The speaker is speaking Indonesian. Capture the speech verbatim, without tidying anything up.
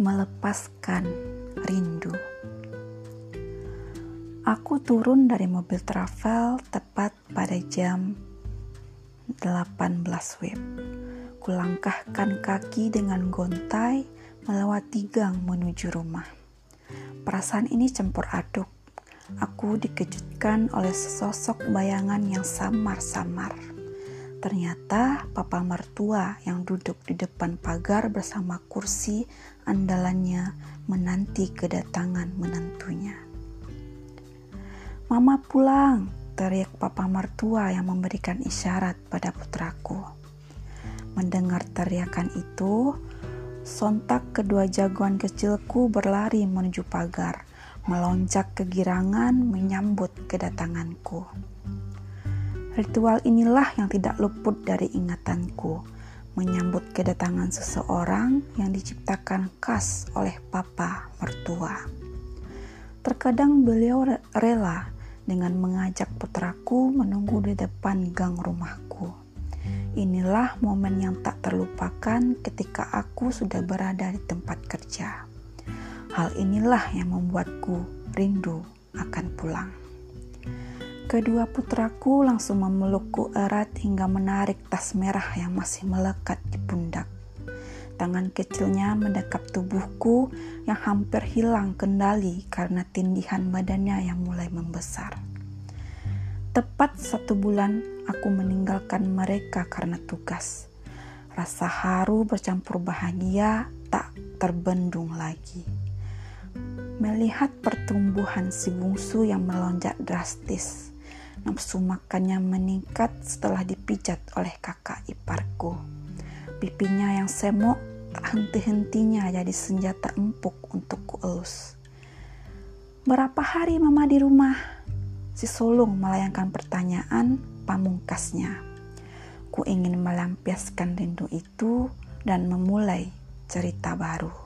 Melepaskan rindu. Aku turun dari mobil travel tepat pada jam delapan belas W I B. Kulangkahkan kaki dengan gontai melewati gang menuju rumah. Perasaan ini campur aduk. Aku dikejutkan oleh sesosok bayangan yang samar-samar. Ternyata papa mertua yang duduk di depan pagar bersama kursi andalannya menanti kedatangan menantunya. "Mama pulang!" teriak papa mertua yang memberikan isyarat pada putraku. Mendengar teriakan itu, sontak kedua jagoan kecilku berlari menuju pagar, melonjak kegirangan menyambut kedatanganku. Ritual inilah yang tidak luput dari ingatanku, menyambut kedatangan seseorang yang diciptakan khas oleh papa mertua. Terkadang beliau rela dengan mengajak putraku menunggu di depan gang rumahku. Inilah momen yang tak terlupakan ketika aku sudah berada di tempat kerja. Hal inilah yang membuatku rindu akan pulang. Kedua putraku langsung memelukku erat hingga menarik tas merah yang masih melekat di pundak. Tangan kecilnya mendekap tubuhku yang hampir hilang kendali karena tindihan badannya yang mulai membesar. Tepat satu bulan aku meninggalkan mereka karena tugas. Rasa haru bercampur bahagia tak terbendung lagi. Melihat pertumbuhan si bungsu yang melonjak drastis. Nafsu makannya meningkat setelah dipijat oleh kakak iparku. Pipinya yang semok tak henti-hentinya jadi senjata empuk untuk kuelus. "Berapa hari mama di rumah?" Si sulung melayangkan pertanyaan pamungkasnya. Ku ingin melampiaskan rindu itu dan memulai cerita baru.